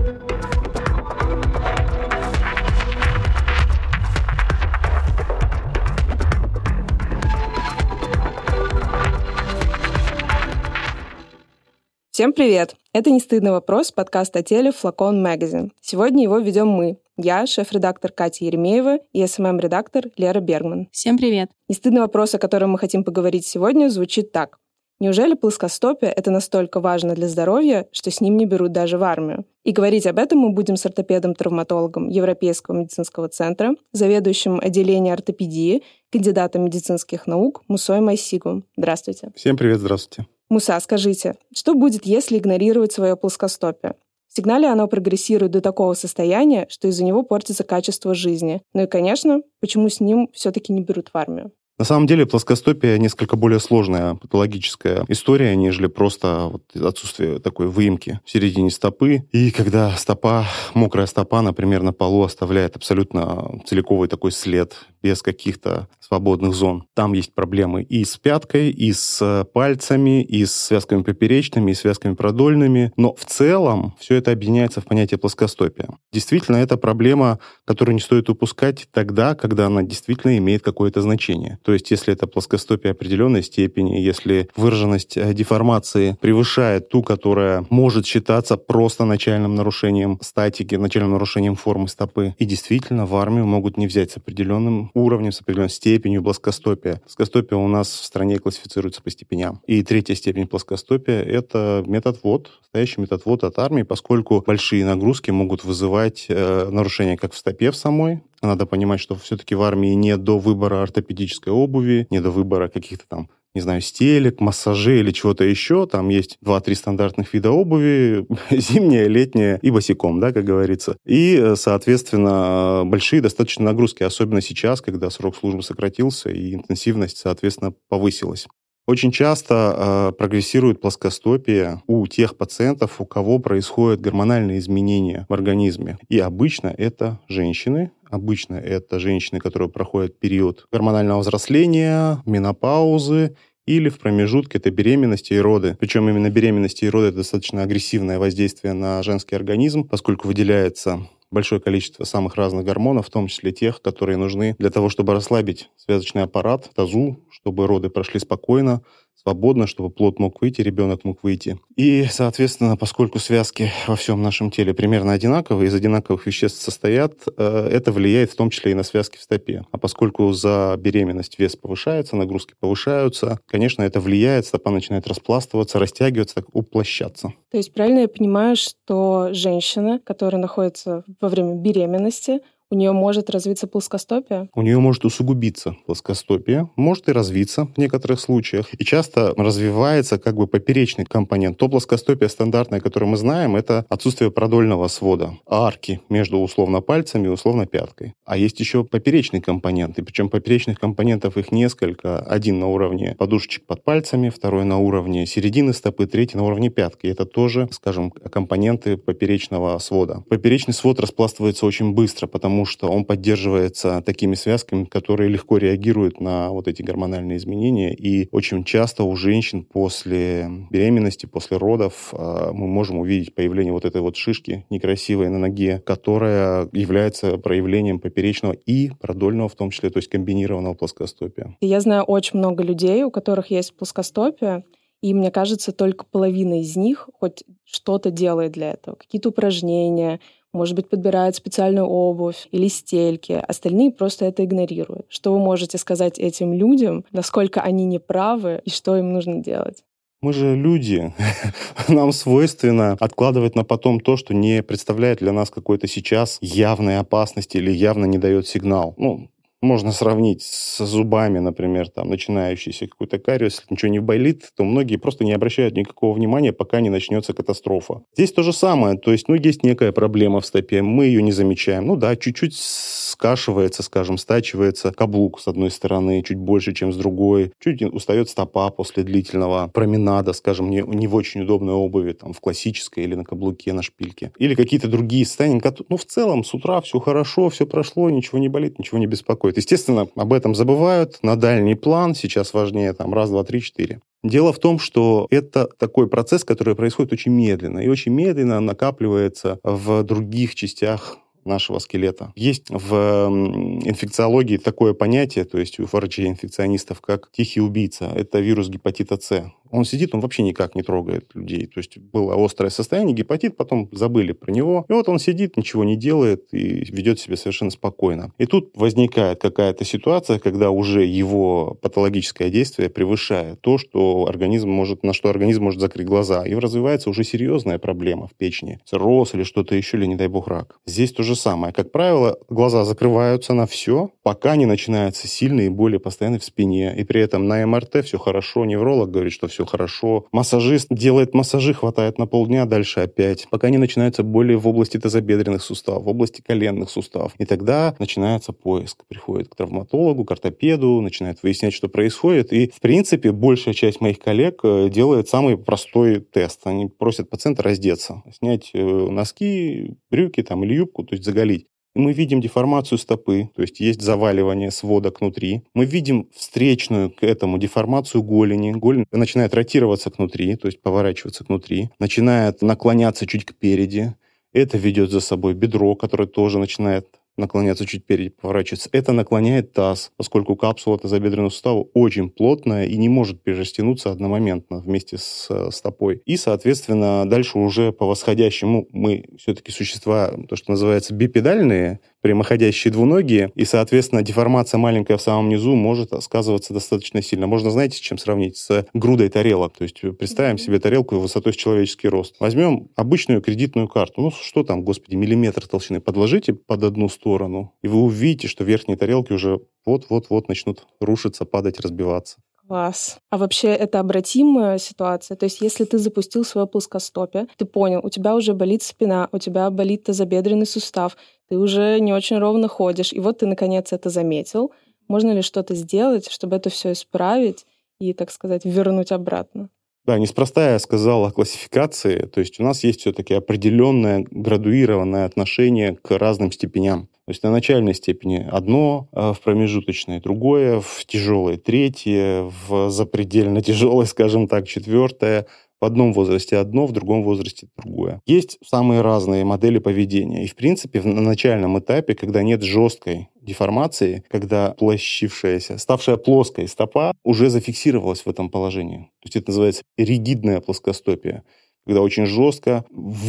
Всем привет! Это «Не стыдный вопрос», подкаст о теле Flacon Magazine. Сегодня его ведем мы. Я, шеф-редактор Катя Еремеева и СММ-редактор Лера Бергман. Всем привет! «Не стыдный вопрос», о котором мы хотим поговорить сегодня, звучит так. Неужели плоскостопие – это настолько важно для здоровья, что с ним не берут даже в армию? И говорить об этом мы будем с ортопедом-травматологом Европейского медицинского центра, заведующим отделением ортопедии, кандидатом медицинских наук Мусой Майсигу. Здравствуйте. Всем привет, здравствуйте. Муса, скажите, что будет, если игнорировать свое плоскостопие? Всегда ли оно прогрессирует до такого состояния, что из-за него портится качество жизни? Ну и, конечно, почему с ним все-таки не берут в армию? На самом деле плоскостопие несколько более сложная патологическая история, нежели просто отсутствие такой выемки в середине стопы. И когда мокрая стопа, например, на полу оставляет абсолютно целиковый такой след, без каких-то свободных зон. Там есть проблемы и с пяткой, и с пальцами, и с связками поперечными, и связками продольными. Но в целом все это объединяется в понятие плоскостопия. Действительно, это проблема, которую не стоит упускать тогда, когда она действительно имеет какое-то значение. То есть, если это плоскостопие определенной степени, если выраженность деформации превышает ту, которая может считаться просто начальным нарушением статики, начальным нарушением формы стопы. И действительно, в армию могут не взять с определенным уровнем, с определенной степенью плоскостопия. Плоскостопие у нас в стране классифицируется по степеням. И третья степень плоскостопия – это метод-ввод, настоящий метод-ввод от армии, поскольку большие нагрузки могут вызывать нарушения как в стопе в самой. Надо понимать, что все-таки в армии не до выбора ортопедической обуви, не до выбора каких-то там, не знаю, стелек, массажей или чего-то еще. Там есть 2-3 стандартных вида обуви, зимняя, летняя и босиком, да, как говорится. И, соответственно, большие достаточно нагрузки, особенно сейчас, когда срок службы сократился и интенсивность, соответственно, повысилась. Очень часто прогрессирует плоскостопие у тех пациентов, у кого происходят гормональные изменения в организме. И обычно это женщины. Обычно это женщины, которые проходят период гормонального взросления, менопаузы, или в промежутке это беременности и роды. Причем именно беременности и роды – это достаточно агрессивное воздействие на женский организм, поскольку выделяется большое количество самых разных гормонов, в том числе тех, которые нужны для того, чтобы расслабить связочный аппарат, тазу, чтобы роды прошли спокойно, свободно, чтобы плод мог выйти, ребенок мог выйти. И, соответственно, поскольку связки во всем нашем теле примерно одинаковые, из одинаковых веществ состоят, это влияет в том числе и на связки в стопе. А поскольку за беременность вес повышается, нагрузки повышаются, конечно, это влияет, стопа начинает распластываться, растягиваться, так уплощаться. То есть правильно я понимаю, что женщина, которая находится во время беременности, у нее может развиться плоскостопие? У нее может усугубиться плоскостопие, может и развиться в некоторых случаях. И часто развивается как бы поперечный компонент. То плоскостопие стандартное, которое мы знаем, это отсутствие продольного свода, арки между условно пальцами и условно пяткой. А есть еще поперечный компонент. И причем поперечных компонентов их несколько. Один на уровне подушечек под пальцами, второй на уровне середины стопы, третий на уровне пятки. Это тоже, скажем, компоненты поперечного свода. Поперечный свод распластывается очень быстро, потому что он поддерживается такими связками, которые легко реагируют на вот эти гормональные изменения. И очень часто у женщин после беременности, после родов мы можем увидеть появление вот этой вот шишки некрасивой на ноге, которая является проявлением поперечного и продольного в том числе, то есть комбинированного плоскостопия. Я знаю очень много людей, у которых есть плоскостопие, и мне кажется, только половина из них хоть что-то делает для этого. Какие-то упражнения, может быть, подбирают специальную обувь или стельки. Остальные просто это игнорируют. Что вы можете сказать этим людям, насколько они неправы и что им нужно делать? Мы же люди. Нам свойственно откладывать на потом то, что не представляет для нас какой-то сейчас явной опасности или явно не дает сигнал. Можно сравнить с зубами, например, там, начинающийся какой-то кариес. Если ничего не болит, то многие просто не обращают никакого внимания, пока не начнется катастрофа. Здесь то же самое. То есть, есть некая проблема в стопе, мы ее не замечаем. Чуть-чуть скашивается, скажем, стачивается каблук с одной стороны, чуть больше, чем с другой. Чуть устает стопа после длительного променада, скажем, не в очень удобной обуви, там, в классической или на каблуке, на шпильке. Или какие-то другие состояния. В целом, с утра все хорошо, все прошло, ничего не болит, ничего не беспокоит. происходит. Естественно, об этом забывают. На дальний план сейчас важнее там раз, два, три, четыре. Дело в том, что это такой процесс, который происходит очень медленно. И очень медленно накапливается в других частях нашего скелета. Есть в инфекциологии такое понятие, то есть у врачей-инфекционистов, как тихий убийца. Это вирус гепатита С. Он сидит, он вообще никак не трогает людей. То есть было острое состояние, гепатит, потом забыли про него. И вот он сидит, ничего не делает и ведет себя совершенно спокойно. И тут возникает какая-то ситуация, когда уже его патологическое действие превышает то, что на что организм может закрыть глаза. И развивается уже серьезная проблема в печени. Цирроз или что-то еще, или, не дай бог, рак. Здесь то же самое. Как правило, глаза закрываются на все, пока не начинаются сильные боли постоянно в спине. И при этом на МРТ все хорошо. Невролог говорит, что все хорошо. Массажист делает массажи, хватает на полдня, дальше опять. Пока не начинаются боли в области тазобедренных суставов, в области коленных суставов. И тогда начинается поиск. Приходит к травматологу, к ортопеду, начинает выяснять, что происходит. И, в принципе, большая часть моих коллег делает самый простой тест. Они просят пациента раздеться, снять носки, брюки там, или юбку, то есть заголить. И мы видим деформацию стопы, то есть заваливание сводок внутри. Мы видим встречную к этому деформацию голени. Голень начинает ротироваться кнутри, то есть поворачиваться кнутри, начинает наклоняться чуть кпереди. Это ведет за собой бедро, которое тоже начинает наклоняться чуть вперед, поворачиваться. Это наклоняет таз, поскольку капсула тазобедренного сустава очень плотная и не может перерастянуться одномоментно вместе с стопой. И, соответственно, дальше уже по восходящему мы все-таки существа, то, что называется бипедальные, прямоходящие двуногие, и, соответственно, деформация маленькая в самом низу может сказываться достаточно сильно. Можно, знаете, с чем сравнить? С грудой тарелок. То есть представим себе тарелку высотой с человеческий рост. Возьмем обычную кредитную карту. Ну, что там, господи, миллиметр толщины. Подложите под одну сторону, и вы увидите, что верхние тарелки уже вот-вот-вот начнут рушиться, падать, разбиваться. Класс. А вообще это обратимая ситуация? То есть если ты запустил свое плоскостопие, ты понял, у тебя уже болит спина, у тебя болит тазобедренный сустав, ты уже не очень ровно ходишь, и вот ты наконец это заметил. Можно ли что-то сделать, чтобы это все исправить и, так сказать, вернуть обратно? Да, неспроста я сказал о классификации. То есть у нас есть все-таки определенное градуированное отношение к разным степеням. То есть на начальной степени одно, в промежуточной другое, в тяжелой третье, в запредельно тяжелой, скажем так, четвертое. В одном возрасте одно, в другом возрасте другое. Есть самые разные модели поведения. И, в принципе, на начальном этапе, когда нет жесткой деформации, когда площившаяся, ставшая плоской стопа уже зафиксировалась в этом положении. То есть это называется ригидная плоскостопия, когда очень жестко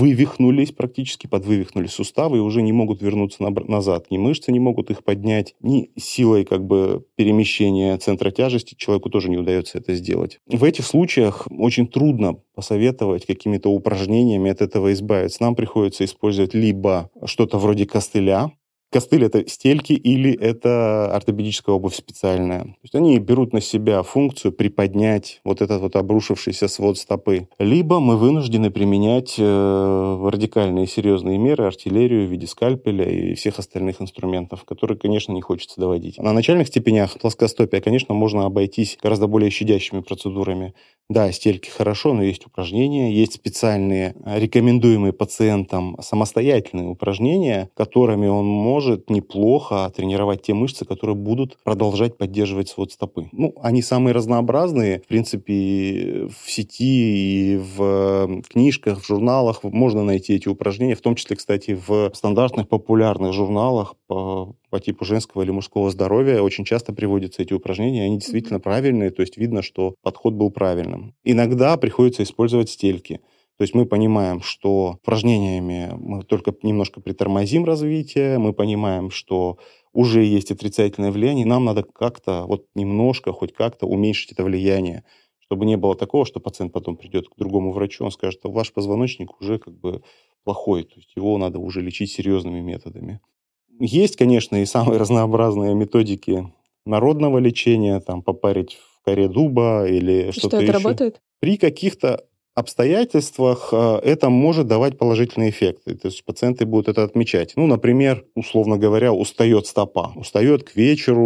практически подвывихнулись суставы и уже не могут вернуться назад. Ни мышцы не могут их поднять, ни силой перемещения центра тяжести человеку тоже не удается это сделать. В этих случаях очень трудно посоветовать какими-то упражнениями от этого избавиться. Нам приходится использовать либо что-то вроде костыля. Костыль — это стельки или это ортопедическая обувь специальная. То есть они берут на себя функцию приподнять вот этот обрушившийся свод стопы. Либо мы вынуждены применять радикальные серьезные меры, артиллерию в виде скальпеля и всех остальных инструментов, которые, конечно, не хочется доводить. На начальных степенях плоскостопия, конечно, можно обойтись гораздо более щадящими процедурами. Да, стельки хорошо, но есть упражнения, есть специальные, рекомендуемые пациентам самостоятельные упражнения, которыми он может неплохо тренировать те мышцы, которые будут продолжать поддерживать свод стопы. Они самые разнообразные. В принципе, в сети и в книжках, в журналах можно найти эти упражнения, в том числе, кстати, в стандартных популярных журналах по типу женского или мужского здоровья очень часто приводятся эти упражнения, и они действительно правильные, то есть видно, что подход был правильным. Иногда приходится использовать стельки. То есть мы понимаем, что упражнениями мы только немножко притормозим развитие, мы понимаем, что уже есть отрицательное влияние, нам надо как-то немножко, хоть как-то уменьшить это влияние, чтобы не было такого, что пациент потом придет к другому врачу, он скажет, что ваш позвоночник уже плохой, то есть его надо уже лечить серьезными методами. Есть, конечно, и самые разнообразные методики народного лечения, попарить в коре дуба или что-то еще. Что это работает? При каких-то обстоятельствах это может давать положительные эффекты. То есть пациенты будут это отмечать. Например, условно говоря, устает стопа. Устает к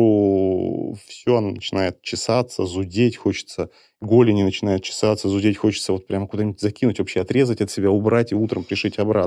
вечеру, все, она начинает чесаться, зудеть, хочется, голени начинают чесаться, зудеть, хочется прямо куда-нибудь закинуть, вообще отрезать от себя, убрать и утром пришить обратно.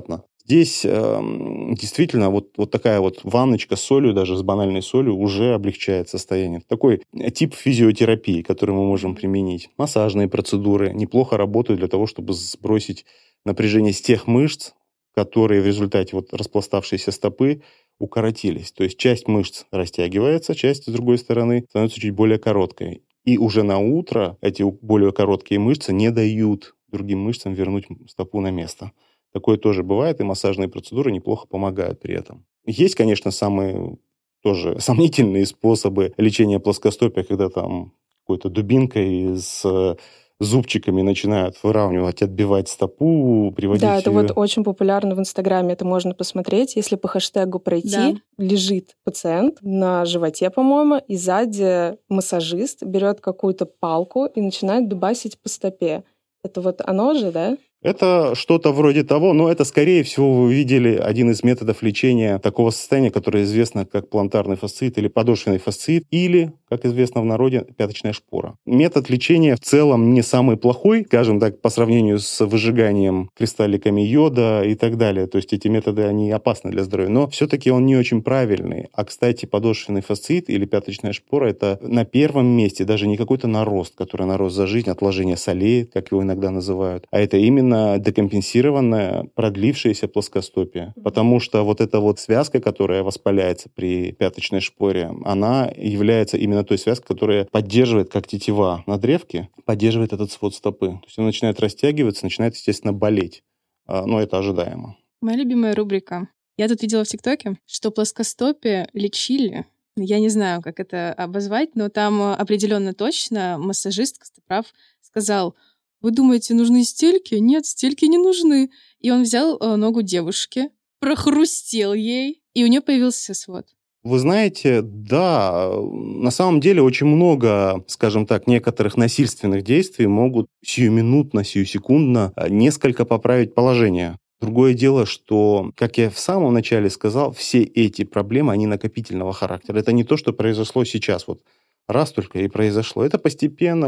Здесь действительно вот такая вот ванночка с солью, даже с банальной солью, уже облегчает состояние. Такой тип физиотерапии, который мы можем применить. Массажные процедуры неплохо работают для того, чтобы сбросить напряжение с тех мышц, которые в результате вот распластавшейся стопы укоротились. То есть часть мышц растягивается, часть, с другой стороны, становится чуть более короткой. И уже на утро эти более короткие мышцы не дают другим мышцам вернуть стопу на место. Такое тоже бывает, и массажные процедуры неплохо помогают при этом. Есть, конечно, самые тоже сомнительные способы лечения плоскостопия, когда там какой-то дубинкой с зубчиками начинают выравнивать, отбивать стопу, приводить... Да, это вот очень популярно в Инстаграме, это можно посмотреть. Если по хэштегу пройти, лежит пациент на животе, по-моему, и сзади массажист берет какую-то палку и начинает дубасить по стопе. Это вот оно же, да? Это что-то вроде того, но это, скорее всего, вы видели один из методов лечения такого состояния, которое известно как плантарный фасциит или подошвенный фасциит, или, как известно в народе, пяточная шпора. Метод лечения в целом не самый плохой, скажем так, по сравнению с выжиганием кристалликами йода и так далее. То есть эти методы, они опасны для здоровья, но все-таки он не очень правильный. А, кстати, подошвенный фасциит или пяточная шпора – это на первом месте даже не какой-то нарост, который нарос за жизнь, отложение солей, как его иногда называют, а это именно декомпенсированное, продлившееся плоскостопие. Потому что вот эта вот связка, которая воспаляется при пяточной шпоре, она является именно той связкой, которая поддерживает, как тетива на древке, поддерживает этот свод стопы. То есть он начинает растягиваться, начинает, естественно, болеть. Но это ожидаемо. Моя любимая рубрика. Я тут видела в ТикТоке, что плоскостопие лечили. Я не знаю, как это обозвать, но там определенно точно массажист Костоправ сказал: вы думаете, нужны стельки? Нет, стельки не нужны. И он взял ногу девушки, прохрустел ей, и у нее появился свод. Вы знаете, да, на самом деле очень много, скажем так, некоторых насильственных действий могут сиюминутно, сиюсекундно несколько поправить положение. Другое дело, что, как я в самом начале сказал, все эти проблемы, они накопительного характера. Это не то, что произошло сейчас, вот раз только и произошло. Это постепенно.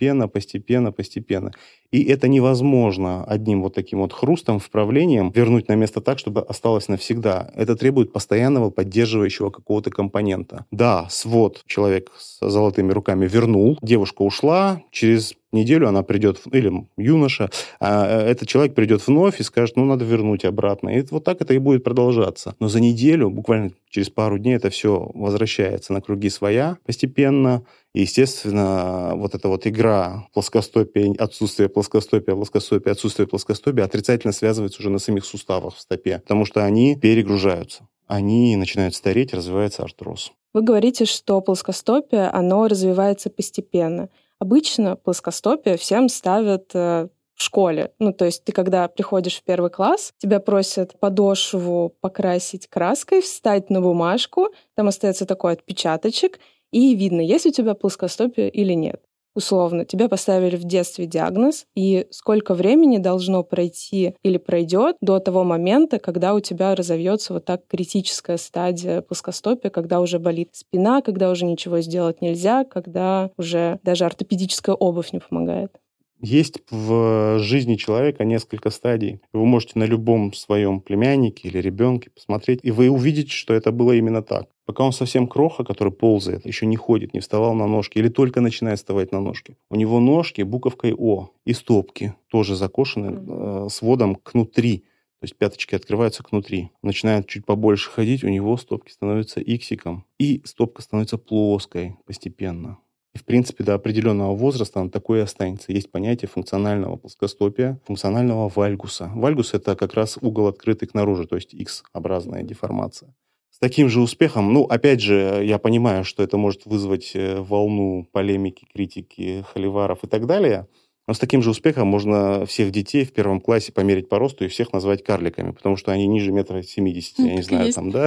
И это невозможно одним вот таким вот хрустом, вправлением вернуть на место так, чтобы осталось навсегда. Это требует постоянного поддерживающего какого-то компонента. Да, свод человек с золотыми руками вернул, девушка ушла, через неделю она придет, или юноша, этот человек придет вновь и скажет, надо вернуть обратно. И вот так это и будет продолжаться. Но за неделю, буквально через пару дней, это все возвращается на круги своя постепенно. И, естественно, вот эта вот игра плоскостопия, отсутствие плоскостопия, отсутствие плоскостопия отрицательно связывается уже на самих суставах в стопе, потому что они перегружаются. Они начинают стареть, развивается артроз. Вы говорите, что плоскостопие, оно развивается постепенно. Обычно плоскостопие всем ставят в школе. То есть ты, когда приходишь в 1 класс, тебя просят подошву покрасить краской, встать на бумажку, там остается такой отпечаточек, и видно, есть у тебя плоскостопие или нет. Условно, тебе поставили в детстве диагноз, и сколько времени должно пройти или пройдет до того момента, когда у тебя разовьется вот так критическая стадия плоскостопия, когда уже болит спина, когда уже ничего сделать нельзя, когда уже даже ортопедическая обувь не помогает. Есть в жизни человека несколько стадий. Вы можете на любом своем племяннике или ребенке посмотреть, и вы увидите, что это было именно так. Пока он совсем кроха, который ползает, еще не ходит, не вставал на ножки, или только начинает вставать на ножки. У него ножки буковкой О, и стопки тоже закошены сводом кнутри. То есть пяточки открываются кнутри. Начинает чуть побольше ходить, у него стопки становятся иксиком, и стопка становится плоской постепенно. И, в принципе, до определенного возраста он такой и останется. Есть понятие функционального плоскостопия, функционального вальгуса. Вальгус – это как раз угол открытый кнаружи, то есть X-образная деформация. С таким же успехом, опять же, я понимаю, что это может вызвать волну полемики, критики, холиваров и так далее, но с таким же успехом можно всех детей в 1 классе померить по росту и всех назвать карликами, потому что они ниже 1,70 м, я не знаю, там, да.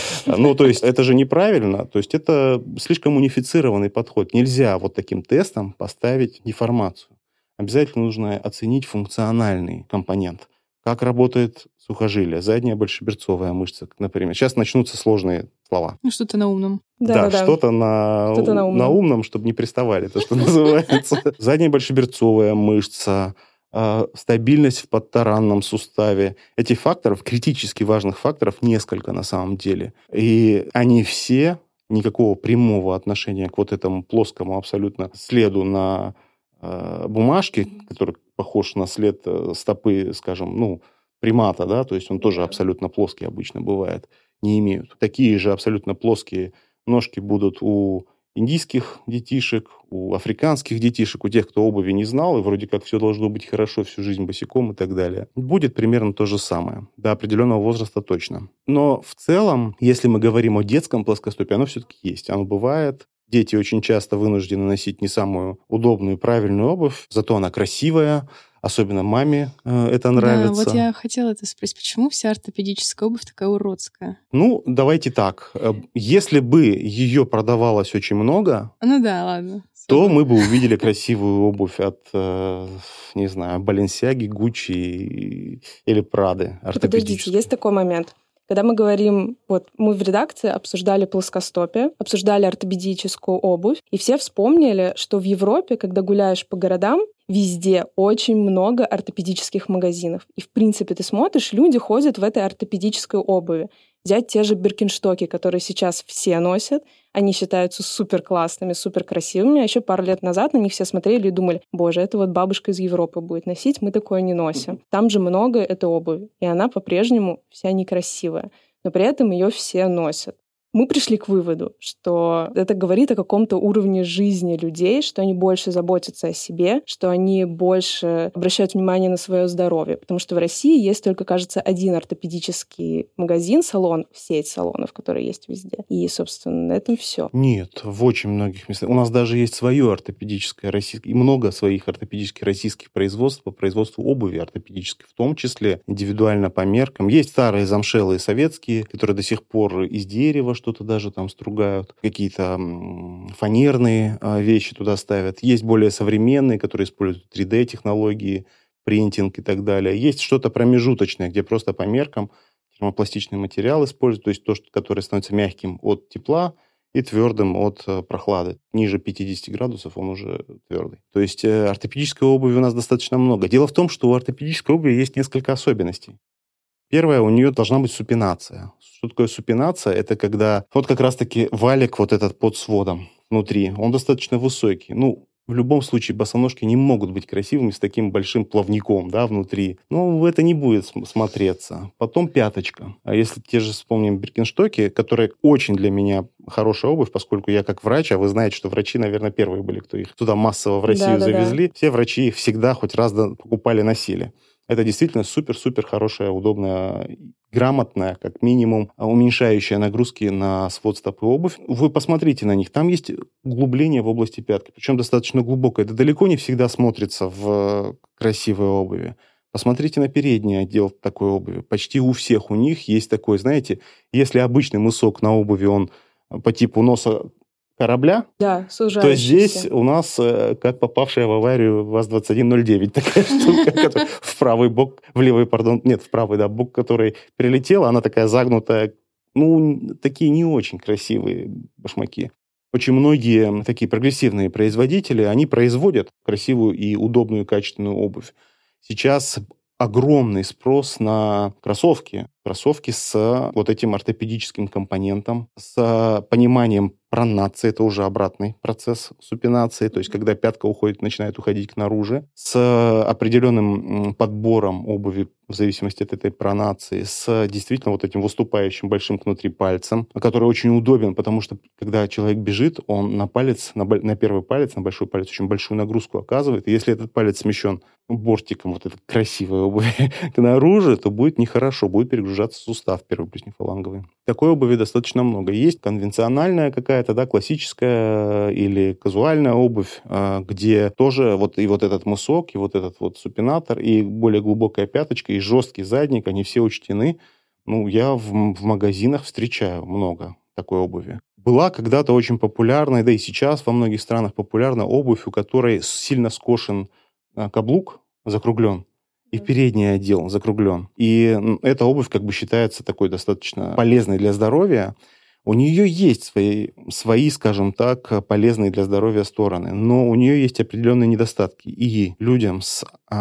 То есть это же неправильно, то есть это слишком унифицированный подход. Нельзя вот таким тестом поставить деформацию. Обязательно нужно оценить функциональный компонент. Как работает сухожилие, задняя большеберцовая мышца, например. Сейчас начнутся сложные слова. Что-то на умном. Да, что-то на умном, чтобы не приставали, то, что называется. Задняя большеберцовая мышца, стабильность в подтаранном суставе. Этих факторов, критически важных факторов, несколько на самом деле. И они все никакого прямого отношения к вот этому плоскому абсолютно следу на бумажке, который похож на след стопы, скажем, примата, да, то есть он тоже абсолютно плоский обычно бывает, не имеют. Такие же абсолютно плоские ножки будут у индийских детишек, у африканских детишек, у тех, кто обуви не знал, и вроде как все должно быть хорошо всю жизнь босиком и так далее. Будет примерно то же самое. До определенного возраста точно. Но в целом, если мы говорим о детском плоскостопии, оно все-таки есть. Оно бывает. Дети очень часто вынуждены носить не самую удобную и правильную обувь, зато она красивая. Особенно маме это нравится. Да, вот я хотела это спросить, почему вся ортопедическая обувь такая уродская? Давайте так. Если бы ее продавалось очень много, ну да, ладно, то мы бы увидели красивую обувь от, не знаю, Balenciaga, Gucci или Prada. Подождите, есть такой момент. Когда мы говорим, мы в редакции обсуждали плоскостопие, обсуждали ортопедическую обувь, и все вспомнили, что в Европе, когда гуляешь по городам, везде очень много ортопедических магазинов. И, в принципе, ты смотришь, люди ходят в этой ортопедической обуви. Взять те же биркинштоки, которые сейчас все носят, они считаются супер классными, супер красивыми. А еще пару лет назад на них все смотрели и думали: боже, это бабушка из Европы будет носить, мы такое не носим. Там же много этой обуви, и она по-прежнему вся некрасивая. Но при этом ее все носят. Мы пришли к выводу, что это говорит о каком-то уровне жизни людей, что они больше заботятся о себе, что они больше обращают внимание на свое здоровье. Потому что в России есть только, кажется, один ортопедический магазин, салон, сеть салонов, которые есть везде. И, собственно, на этом все. Нет, в очень многих местах. У нас даже есть свое ортопедическое российское, и много своих ортопедических российских производств по производству обуви ортопедической, в том числе индивидуально по меркам. Есть старые замшелые советские, которые до сих пор из дерева что-то даже там стругают, какие-то фанерные вещи туда ставят. Есть более современные, которые используют 3D-технологии, принтинг и так далее. Есть что-то промежуточное, где просто по меркам термопластичный материал используют, то есть то, которое становится мягким от тепла и твердым от прохлады. Ниже 50 градусов он уже твердый. То есть ортопедической обуви у нас достаточно много. Дело в том, что у ортопедической обуви есть несколько особенностей. Первое, у нее должна быть супинация. Что такое супинация? Это когда как раз-таки валик этот под сводом внутри, он достаточно высокий. В любом случае босоножки не могут быть красивыми с таким большим плавником, внутри. Это не будет смотреться. Потом пяточка. А если те же вспомним биркинштоки, которые очень для меня хорошая обувь, поскольку я как врач, а вы знаете, что врачи, наверное, первые были, кто их туда массово в Россию завезли. Все врачи их всегда хоть раз покупали, носили. Это действительно супер-супер хорошая, удобная, грамотная, как минимум, уменьшающая нагрузки на свод стопы обувь. Вы посмотрите на них. Там есть углубление в области пятки, причем достаточно глубокое. Это далеко не всегда смотрится в красивой обуви. Посмотрите на передний отдел такой обуви. Почти у всех у них есть такой, знаете, если обычный мысок на обуви, он по типу носа корабля, да, то здесь у нас, как попавшая в аварию ВАЗ-2109, такая штука, которая в правый бок, в правый бок, который прилетела, она такая загнутая. Такие не очень красивые башмаки. Очень многие такие прогрессивные производители, они производят красивую и удобную качественную обувь. Сейчас огромный спрос на кроссовки. Кроссовки с этим ортопедическим компонентом, с пониманием пронации, это уже обратный процесс супинации, то есть когда пятка начинает уходить наружу, с определенным подбором обуви в зависимости от этой пронации, с действительно этим выступающим большим внутри пальцем, который очень удобен, потому что когда человек бежит, он на палец, на первый палец, на большой палец очень большую нагрузку оказывает, и если этот палец смещен бортиком этой красивой обуви наружу, то будет нехорошо, будет перегружаться сустав первый плюснефаланговый. Такой обуви достаточно много. Есть конвенциональная какая-то, классическая или казуальная обувь, где тоже этот мысок, и этот супинатор, и более глубокая пяточка, и жесткий задник, они все учтены. Я в магазинах встречаю много такой обуви. Была когда-то очень популярна, да и сейчас во многих странах популярна обувь, у которой сильно скошен каблук, закруглен, и передний отдел закруглен. И эта обувь считается такой достаточно полезной для здоровья. У нее есть свои, скажем так, полезные для здоровья стороны, но у нее есть определенные недостатки. И людям с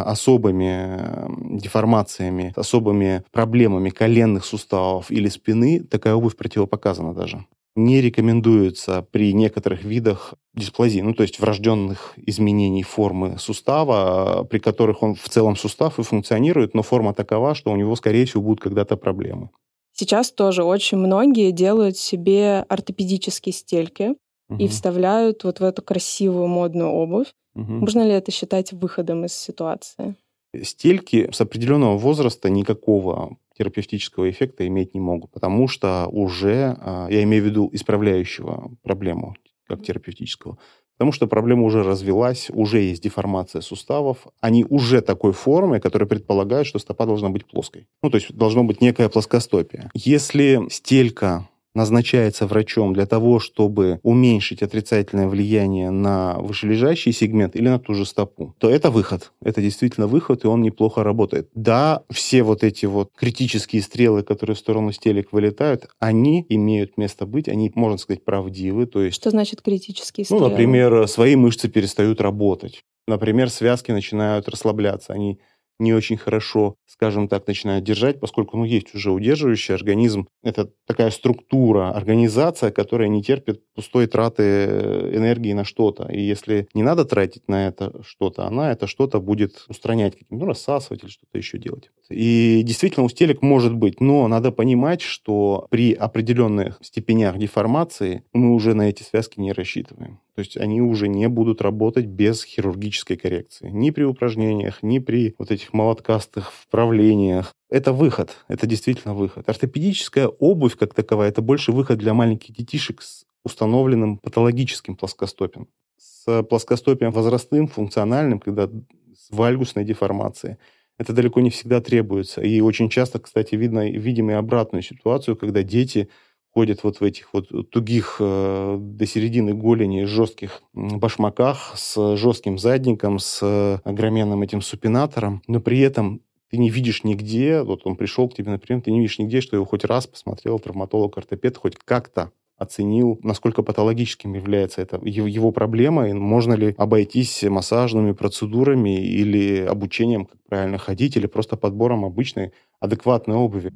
особыми деформациями, с особыми проблемами коленных суставов или спины такая обувь противопоказана даже. Не рекомендуется при некоторых видах дисплазии, то есть врожденных изменений формы сустава, при которых он в целом сустав и функционирует, но форма такова, что у него, скорее всего, будут когда-то проблемы. Сейчас тоже очень многие делают себе ортопедические стельки и вставляют вот в эту красивую модную обувь. Можно ли это считать выходом из ситуации? Стельки с определенного возраста никакого терапевтического эффекта иметь не могут, потому что уже, я имею в виду исправляющего проблему, как терапевтического, потому что проблема уже развилась, уже есть деформация суставов, они уже такой формы, которая предполагает, что стопа должна быть плоской. То есть должно быть некое плоскостопие. Если стелька назначается врачом для того, чтобы уменьшить отрицательное влияние на вышележащий сегмент или на ту же стопу, то это выход. Это действительно выход, и он неплохо работает. Да, все вот эти вот критические стрелы, которые в сторону стелек вылетают, они имеют место быть, они, можно сказать, правдивы. То есть, что значит критические стрелы? Например, свои мышцы перестают работать. Например, связки начинают расслабляться, они не очень хорошо, скажем так, начинают держать, поскольку есть уже удерживающий организм. Это такая структура, организация, которая не терпит пустой траты энергии на что-то. И если не надо тратить на это что-то, она это что-то будет устранять, рассасывать или что-то еще делать. И действительно у стелек может быть, но надо понимать, что при определенных степенях деформации мы уже на эти связки не рассчитываем. То есть они уже не будут работать без хирургической коррекции. Ни при упражнениях, ни при вот этих молоткастых вправлениях. Это выход. Это действительно выход. Ортопедическая обувь, как таковая, это больше выход для маленьких детишек с установленным патологическим плоскостопием. С плоскостопием возрастным, функциональным, когда с вальгусной деформацией. Это далеко не всегда требуется. И очень часто, кстати, видим и обратную ситуацию, когда дети ходят вот в этих вот тугих до середины голени жестких башмаках с жестким задником, с огроменным этим супинатором, но при этом ты не видишь нигде, вот он пришел к тебе, например, ты не видишь нигде, что его хоть раз посмотрел травматолог-ортопед, хоть как-то оценил, насколько патологическим является это его проблема, и можно ли обойтись массажными процедурами или обучением, как правильно ходить, или просто подбором обычной адекватной обуви.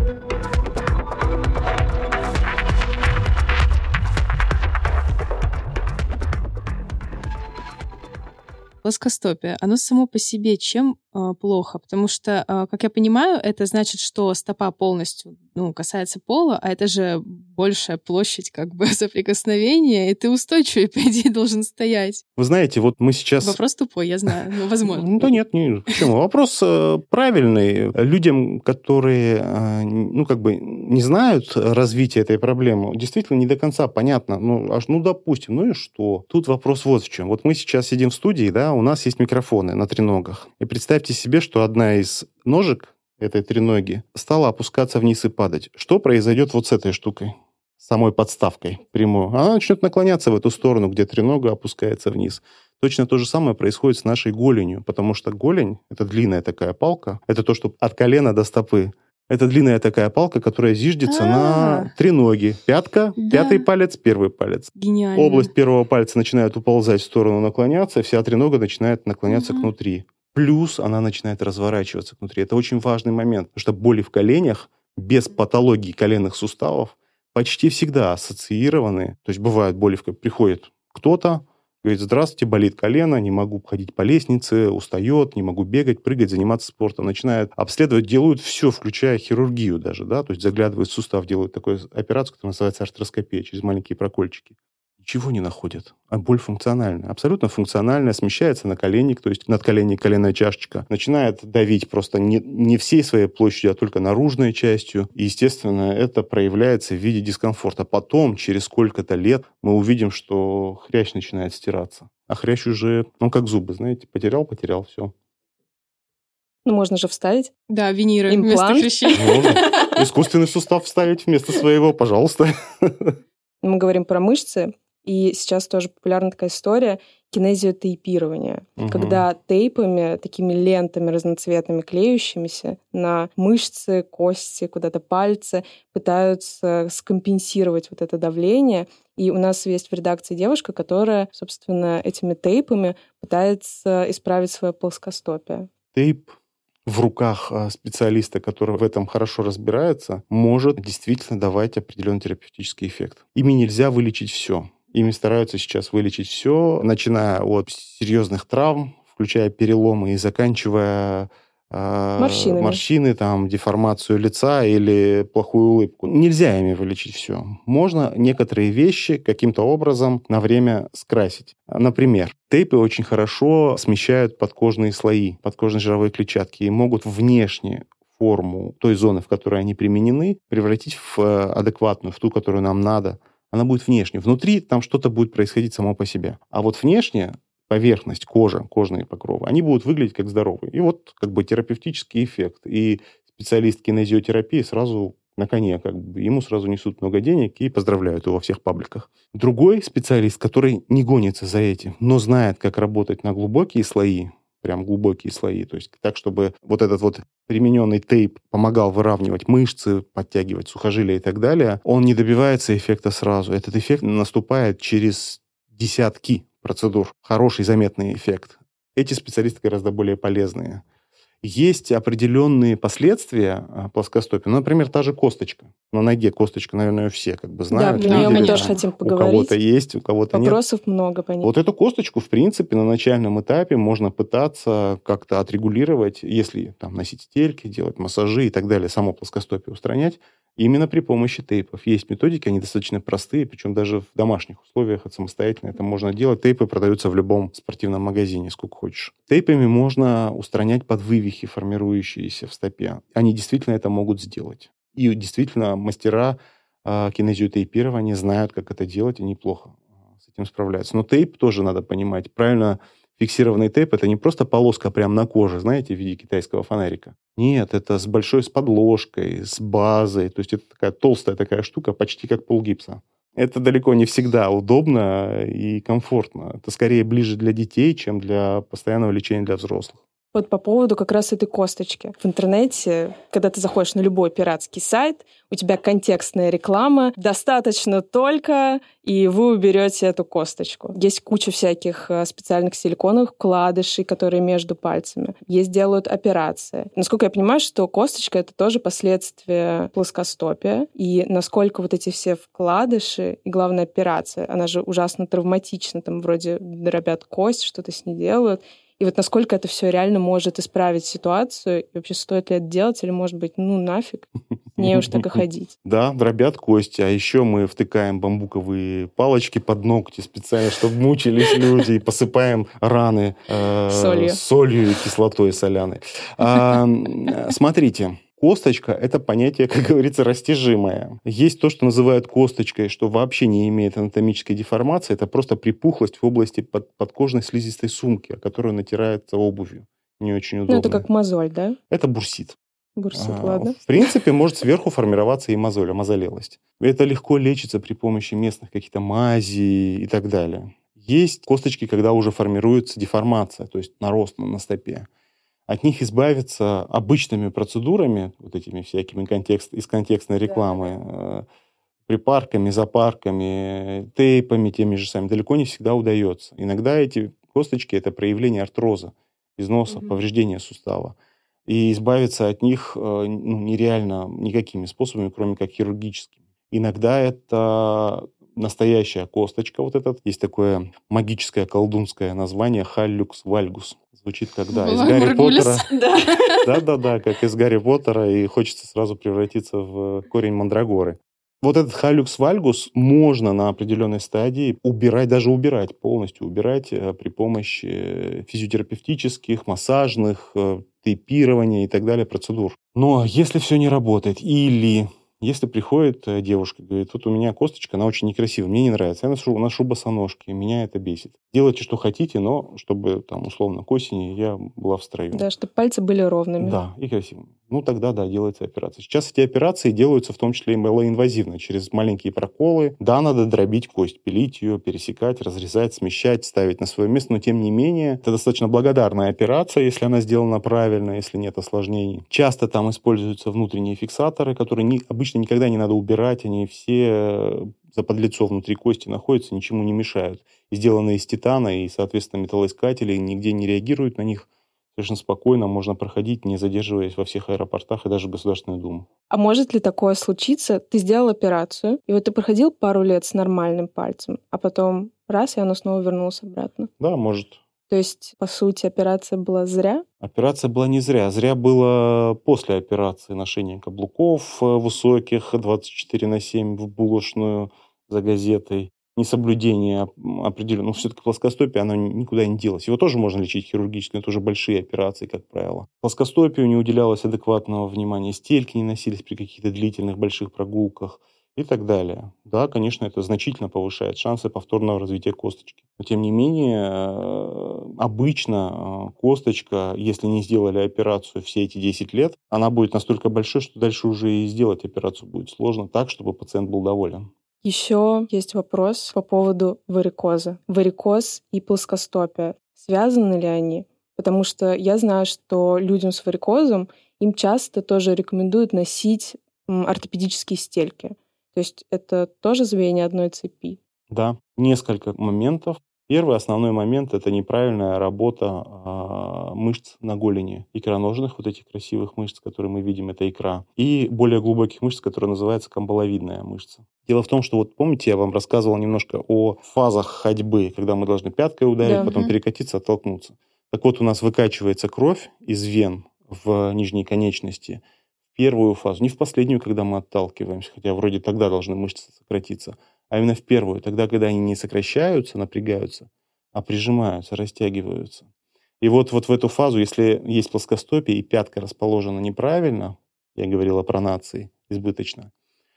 Плоскостопие, оно само по себе чем плохо? Потому что, как я понимаю, это значит, что стопа полностью касается пола, а это же большая площадь соприкосновения, и ты устойчивее, по идее, должен стоять. Вы знаете, вот мы сейчас... Вопрос тупой, я знаю, но возможно. Да нет, почему? Вопрос правильный. Людям, которые не знают развития этой проблемы, действительно не до конца понятно. Допустим, и что? Тут вопрос вот в чем. Вот мы сейчас сидим в студии, да, у нас есть микрофоны на треногах. И представьте себе, что одна из ножек этой треноги стала опускаться вниз и падать. Что произойдет вот с этой штукой? Самой подставкой прямой. Она начнет наклоняться в эту сторону, где тренога опускается вниз. Точно то же самое происходит с нашей голенью, потому что голень — это длинная такая палка, это то, что от колена до стопы. Это длинная такая палка, которая зиждется на треноге. Пятка, пятый палец, первый палец. Гениально. Область первого пальца начинает уползать в сторону, наклоняться, вся тренога начинает наклоняться кнутри. Плюс она начинает разворачиваться кнутри. Это очень важный момент, потому что боли в коленях без патологии коленных суставов почти всегда ассоциированы. То есть бывают боли, приходит кто-то, говорит: здравствуйте, болит колено, не могу ходить по лестнице, устает, не могу бегать, прыгать, заниматься спортом. Начинают обследовать, делают все, включая хирургию даже, да, то есть заглядывают в сустав, делают такую операцию, которая называется артроскопия, через маленькие прокольчики. Ничего не находят. А боль функциональная, абсолютно функциональная, смещается на коленник, то есть надколенник, коленная чашечка, начинает давить просто не всей своей площадью, а только наружной частью. И, естественно, это проявляется в виде дискомфорта. Потом, через сколько-то лет, мы увидим, что хрящ начинает стираться. А хрящ уже, как зубы, знаете, потерял, все. Можно же вставить. Да, виниры имплант. Вместо хрящей. Можно. Искусственный сустав вставить вместо своего, пожалуйста. Мы говорим про мышцы. И сейчас тоже популярна такая история. кинезиотейпирование, когда тейпами, такими лентами разноцветными, клеющимися на мышцы, кости, куда-то пальцы, пытаются скомпенсировать вот это давление. И у нас есть в редакции девушка, которая, собственно, этими тейпами пытается исправить свое плоскостопие. Тейп в руках специалиста, который в этом хорошо разбирается, может действительно давать определенный терапевтический эффект. Ими нельзя вылечить все. Ими стараются сейчас вылечить все, начиная от серьезных травм, включая переломы и заканчивая морщины, там, деформацию лица или плохую улыбку. Нельзя ими вылечить все. Можно некоторые вещи каким-то образом на время скрасить. Например, тейпы очень хорошо смещают подкожные слои, подкожные жировые клетчатки и могут внешне форму той зоны, в которой они применены, превратить в адекватную, в ту, которую нам надо. Она будет внешне. Внутри там что-то будет происходить само по себе. А вот внешне поверхность, кожа, кожные покровы, они будут выглядеть как здоровые. И вот как бы терапевтический эффект. И специалист кинезиотерапии сразу на коне, как бы ему сразу несут много денег и поздравляют его во всех пабликах. Другой специалист, который не гонится за этим, но знает, как работать на глубокие слои, прям глубокие слои, то есть так, чтобы вот этот вот примененный тейп помогал выравнивать мышцы, подтягивать сухожилия и так далее, он не добивается эффекта сразу. Этот эффект наступает через десятки процедур. Хороший заметный эффект. Эти специалисты гораздо более полезные. Есть определенные последствия плоскостопия. Ну, например, та же косточка. На ноге косточка, наверное, все как бы знают. Да, про нее мы тоже хотим поговорить. У кого-то есть, у кого-то нет. Вопросов много по ней. Вот эту косточку, в принципе, на начальном этапе можно пытаться как-то отрегулировать, если там носить стельки, делать массажи и так далее, само плоскостопие устранять, именно при помощи тейпов. Есть методики, они достаточно простые, причем даже в домашних условиях самостоятельно это можно делать. Тейпы продаются в любом спортивном магазине, сколько хочешь. Тейпами можно устранять подвывихи, формирующиеся в стопе. Они действительно это могут сделать. И действительно мастера кинезиотейпирования знают, как это делать, и неплохо с этим справляются. Но тейп тоже надо понимать. Правильно фиксированный тейп — это не просто полоска прямо на коже, знаете, в виде китайского фонарика. Нет, это с подложкой, с базой. То есть это такая толстая такая штука, почти как полгипса. Это далеко не всегда удобно и комфортно. Это скорее ближе для детей, чем для постоянного лечения для взрослых. Вот по поводу как раз этой косточки. В интернете, когда ты заходишь на любой пиратский сайт, у тебя контекстная реклама, достаточно только, и вы уберете эту косточку. Есть куча всяких специальных силиконовых вкладышей, которые между пальцами. Есть делают операции. Насколько я понимаю, что косточка — это тоже последствия плоскостопия, и насколько вот эти все вкладыши и, главное, операция, она же ужасно травматична, там вроде дробят кость, что-то с ней делают. И вот насколько это все реально может исправить ситуацию, и вообще стоит ли это делать, или, может быть, нафиг, не уж так и ходить. Да, дробят кости, а еще мы втыкаем бамбуковые палочки под ногти специально, чтобы мучились люди, и посыпаем раны солью и кислотой соляной. Смотрите. Косточка – это понятие, как говорится, растяжимое. Есть то, что называют косточкой, что вообще не имеет анатомической деформации. Это просто припухлость в области подкожной слизистой сумки, которая натирается обувью. Не очень удобно. Это как мозоль, да? Это бурсит. Бурсит, ладно. В принципе, может сверху формироваться и мозоль, омозолелость. Это легко лечится при помощи местных каких-то мазей и так далее. Есть косточки, когда уже формируется деформация, то есть нарост на стопе. От них избавиться обычными процедурами, вот этими всякими из контекстной рекламы, припарками, запарками, тейпами теми же самыми, далеко не всегда удается. Иногда эти косточки – это проявление артроза, износа, повреждения сустава. И избавиться от них нереально никакими способами, кроме как хирургическими. Иногда это настоящая косточка, вот этот. Есть такое магическое колдунское название «халлюкс вальгус». Звучит когда из Гарри Поттера. Да, как из Гарри Поттера, и хочется сразу превратиться в корень мандрагоры. Вот этот халлюкс вальгус можно на определенной стадии полностью убирать при помощи физиотерапевтических, массажных, тейпирования и так далее процедур. Но если все не работает, или Если приходит девушка, говорит, вот у меня косточка, она очень некрасивая, мне не нравится, я ношу босоножки, меня это бесит. Делайте, что хотите, но чтобы там условно к осени я была в строю. Да, чтобы пальцы были ровными. Да, и красивыми. Ну, тогда, да, делается операция. Сейчас эти операции делаются в том числе и малоинвазивно, через маленькие проколы. Да, надо дробить кость, пилить ее, пересекать, разрезать, смещать, ставить на свое место, но тем не менее, это достаточно благодарная операция, если она сделана правильно, если нет осложнений. Часто там используются внутренние фиксаторы, которые обычно никогда не надо убирать, они все заподлицо внутри кости находятся, ничему не мешают. И сделаны из титана, и, соответственно, металлоискатели нигде не реагируют на них. Совершенно спокойно можно проходить, не задерживаясь во всех аэропортах и даже в Государственную Думу. А может ли такое случиться? Ты сделал операцию, и вот ты проходил пару лет с нормальным пальцем, а потом раз, и оно снова вернулось обратно. Да, может. То есть, по сути, операция была зря? Операция была не зря. Зря было после операции ношение каблуков высоких 24/7 в булочную за газетой. Несоблюдение определенного. Но все-таки плоскостопие, оно никуда не делось. Его тоже можно лечить хирургически, но это уже большие операции, как правило. Плоскостопию не уделялось адекватного внимания, стельки не носились при каких-то длительных больших прогулках и так далее. Да, конечно, это значительно повышает шансы повторного развития косточки. Но, тем не менее, обычно косточка, если не сделали операцию все эти 10 лет, она будет настолько большой, что дальше уже и сделать операцию будет сложно так, чтобы пациент был доволен. Еще есть вопрос по поводу варикоза. Варикоз и плоскостопие. Связаны ли они? Потому что я знаю, что людям с варикозом им часто тоже рекомендуют носить ортопедические стельки. То есть это тоже звенья одной цепи. Да, несколько моментов. Первый основной момент – это неправильная работа мышц на голени. Икроножных, вот этих красивых мышц, которые мы видим, это икра. И более глубоких мышц, которые называются камбаловидная мышца. Дело в том, что вот помните, я вам рассказывал немножко о фазах ходьбы, когда мы должны пяткой ударить, потом перекатиться, оттолкнуться. Так вот, у нас выкачивается кровь из вен в нижней конечности в первую фазу, не в последнюю, когда мы отталкиваемся, хотя вроде тогда должны мышцы сократиться, а именно в первую, тогда, когда они не сокращаются, напрягаются, а прижимаются, растягиваются. И вот в эту фазу, если есть плоскостопие и пятка расположена неправильно, я говорил о пронации избыточно,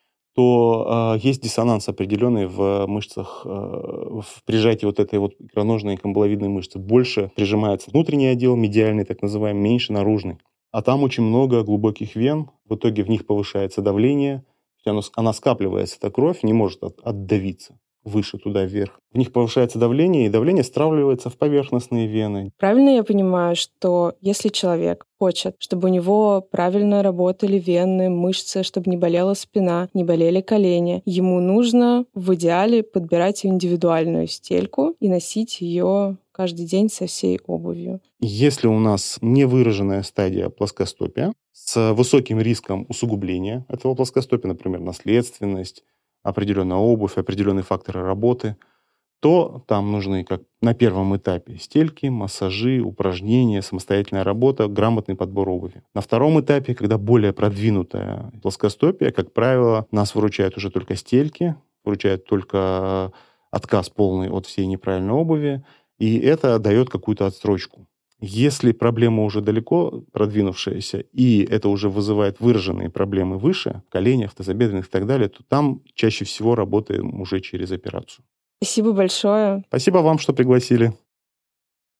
то есть диссонанс определенный в мышцах, в прижатии вот этой вот икроножной и камбаловидной мышцы. Больше прижимается внутренний отдел, медиальный, так называемый, меньше наружный. А там очень много глубоких вен, в итоге в них повышается давление, она скапливается, эта кровь не может отдавиться выше туда вверх. В них повышается давление, и давление стравливается в поверхностные вены. Правильно я понимаю, что если человек хочет, чтобы у него правильно работали вены, мышцы, чтобы не болела спина, не болели колени, ему нужно в идеале подбирать индивидуальную стельку и носить ее каждый день со всей обувью? Если у нас невыраженная стадия плоскостопия с высоким риском усугубления этого плоскостопия, например, наследственность, определенная обувь, определенные факторы работы, то там нужны, как на первом этапе, стельки, массажи, упражнения, самостоятельная работа, грамотный подбор обуви. На втором этапе, когда более продвинутая плоскостопия, как правило, нас выручают уже только стельки, выручает только отказ полный от всей неправильной обуви, и это дает какую-то отсрочку. Если проблема уже далеко продвинувшаяся, и это уже вызывает выраженные проблемы выше, в коленях, тазобедренных и так далее, то там чаще всего работаем уже через операцию. Спасибо большое. Спасибо вам, что пригласили.